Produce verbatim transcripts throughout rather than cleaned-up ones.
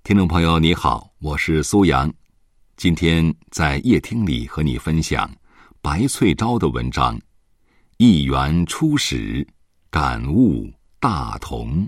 听众朋友你好，我是苏阳，今天在夜听里和你分享白翠昭的文章《一元初始，感悟大同》。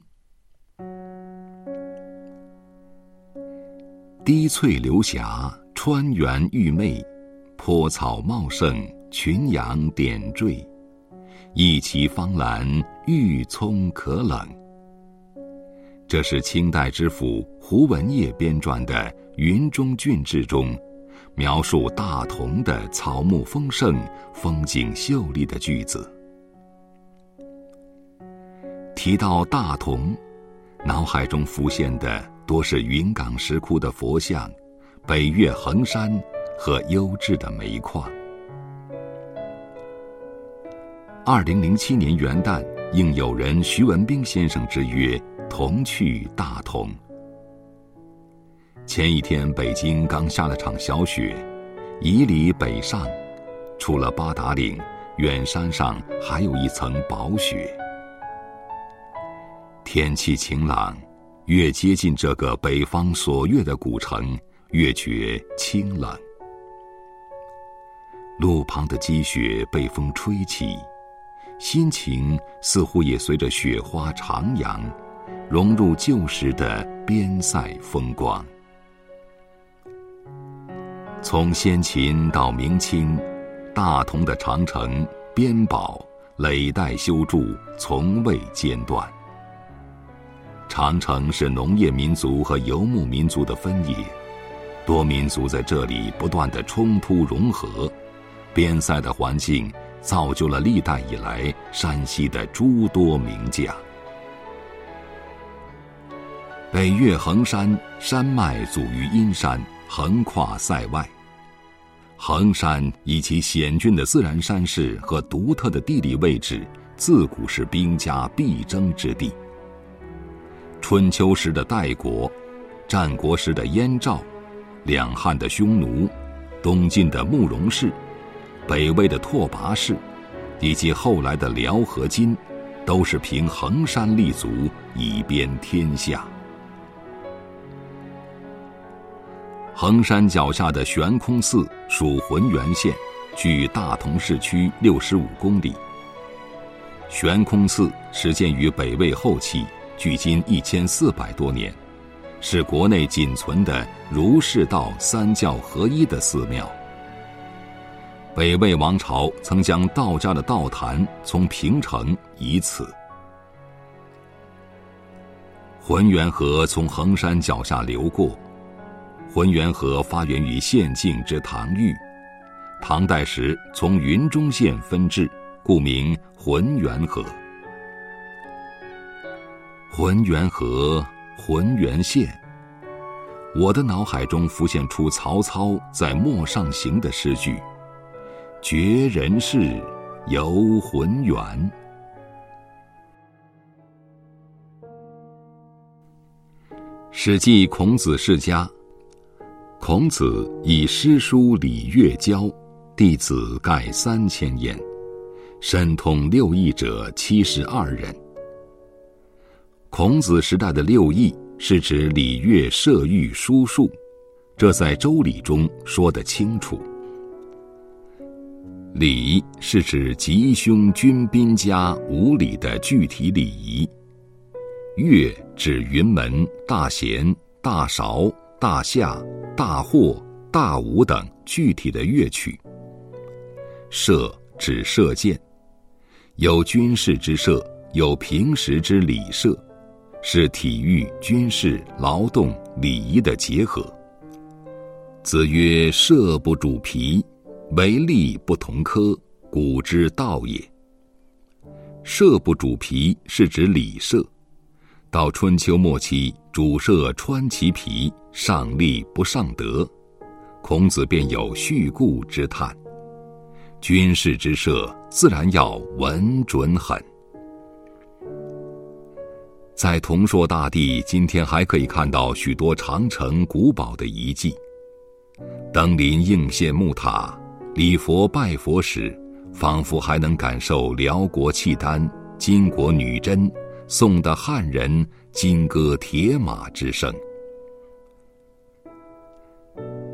滴翠流霞，川原郁媚，坡草茂盛，群羊点缀，一齐芳兰，郁葱可冷。这是清代知府胡文业编撰的《云中郡志》中描述大同的草木丰盛、风景秀丽的句子。提到大同，脑海中浮现的多是云冈石窟的佛像、北岳恒山和优质的煤矿。二零零七年元旦，应友人徐文兵先生之约，同去大同。前一天北京刚下了场小雪，以里北上，除了八达岭，远山上还有一层薄雪。天气晴朗，越接近这个北方锁月的古城，越觉清冷。路旁的积雪被风吹起，心情似乎也随着雪花徜徉，融入旧时的边塞风光。从先秦到明清，大同的长城、边堡累代修筑，从未间断。长城是农业民族和游牧民族的分野，多民族在这里不断的冲突融合，边塞的环境造就了历代以来山西的诸多名将。北岳恒山山脉阻于阴山，横跨塞外。恒山以其险峻的自然山势和独特的地理位置，自古是兵家必争之地。春秋时的代国，战国时的燕赵，两汉的匈奴，东晋的慕容氏，北魏的拓跋氏，以及后来的辽和金，都是凭衡山立足，以鞭天下。衡山脚下的悬空寺属浑源县，距大同市区六十五公里。悬空寺始建于北魏后期，距今一千四百多年，是国内仅存的儒释道三教合一的寺庙。北魏王朝曾将道家的道坛从平城移此。浑源河从衡山脚下流过，浑源河发源于县境之唐域，唐代时从云中县分治，故名浑源河。浑源河，浑源县，我的脑海中浮现出曹操在陌上行的诗句：绝人世，游浑源。史记孔子世家，孔子以诗书礼乐教，弟子盖三千焉，深通六艺者七十二人。孔子时代的六艺是指礼乐射御书数，这在周礼中说得清楚。礼是指吉凶军兵家五礼的具体礼仪，乐指云门、大弦、大韶、大夏、大霍、大武等具体的乐曲。射指射箭，有军事之射，有平时之礼射，是体育、军事、劳动、礼仪的结合。子曰：射不主皮，为利不同科，古之道也。射不主皮是指礼射，到春秋末期，主射穿其皮，上利不上德，孔子便有恤顾之叹。军事之射自然要稳准狠。在同硕大地，今天还可以看到许多长城古堡的遗迹。登临应县木塔，礼佛拜佛时，仿佛还能感受辽国契丹、金国女真、宋的汉人金戈铁马之声。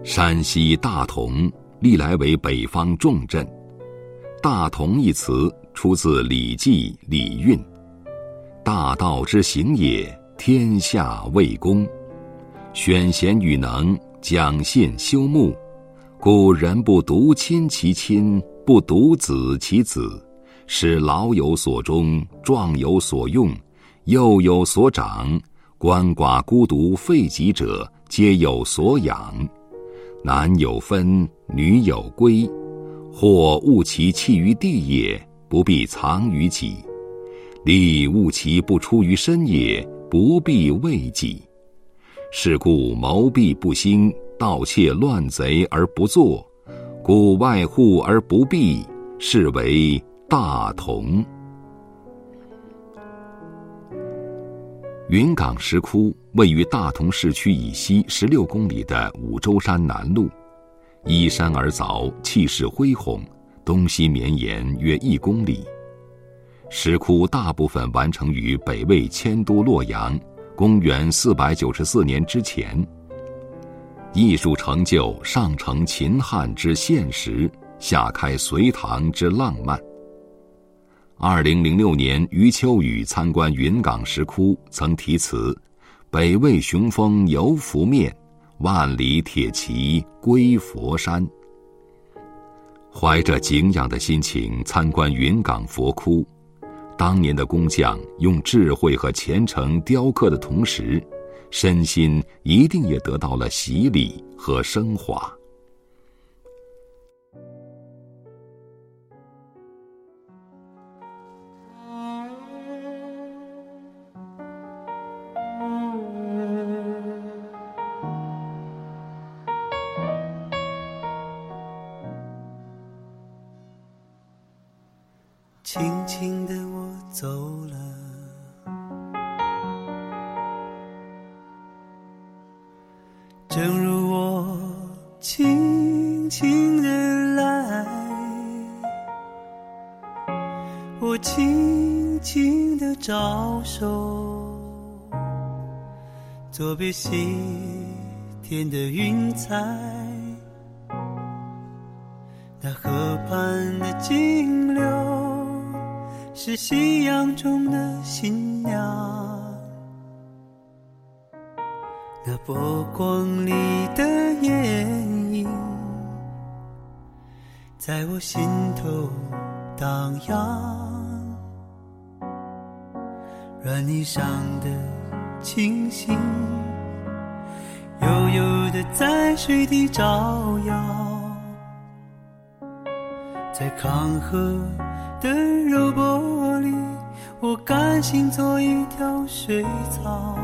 山西大同历来为北方重镇。大同一词出自《礼记·礼运》，大道之行也，天下为公。选贤与能，讲信修睦，故人不独亲其亲，不独子其子，使老有所终，壮有所用，幼有所长，鳏寡孤独废疾者，皆有所养。男有分，女有归，或务其弃于地也，不必藏于己；利务其不出于身也，不必为己。是故谋弊不兴，盗窃乱贼而不作，故外户而不避，是为大同。云冈石窟位于大同市区以西十六公里的五洲山南麓，依山而凿，气势恢宏，东西绵延约一公里。石窟大部分完成于北魏迁都洛阳，公元四百九十四年之前。艺术成就上承秦汉之现实，下开隋唐之浪漫。二零零六年，余秋雨参观云冈石窟，曾题词：“北魏雄风犹拂面，万里铁骑归佛山。”怀着敬仰的心情参观云冈佛窟，当年的工匠用智慧和虔诚雕刻的同时，身心一定也得到了洗礼和升华。 轻轻地我走了，正如我轻轻地来，我轻轻地招手，作别西天的云彩，那河畔的金柳是夕阳中的新娘，那波光里的艳影在我心头荡漾，软泥上的清醒悠悠地在水底照耀，在康河的柔波里，我甘心做一条水草，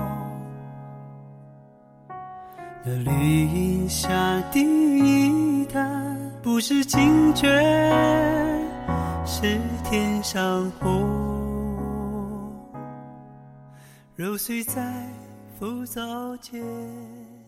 那绿荫下第一滩不是清泉，是天上虹，揉碎在浮藻间。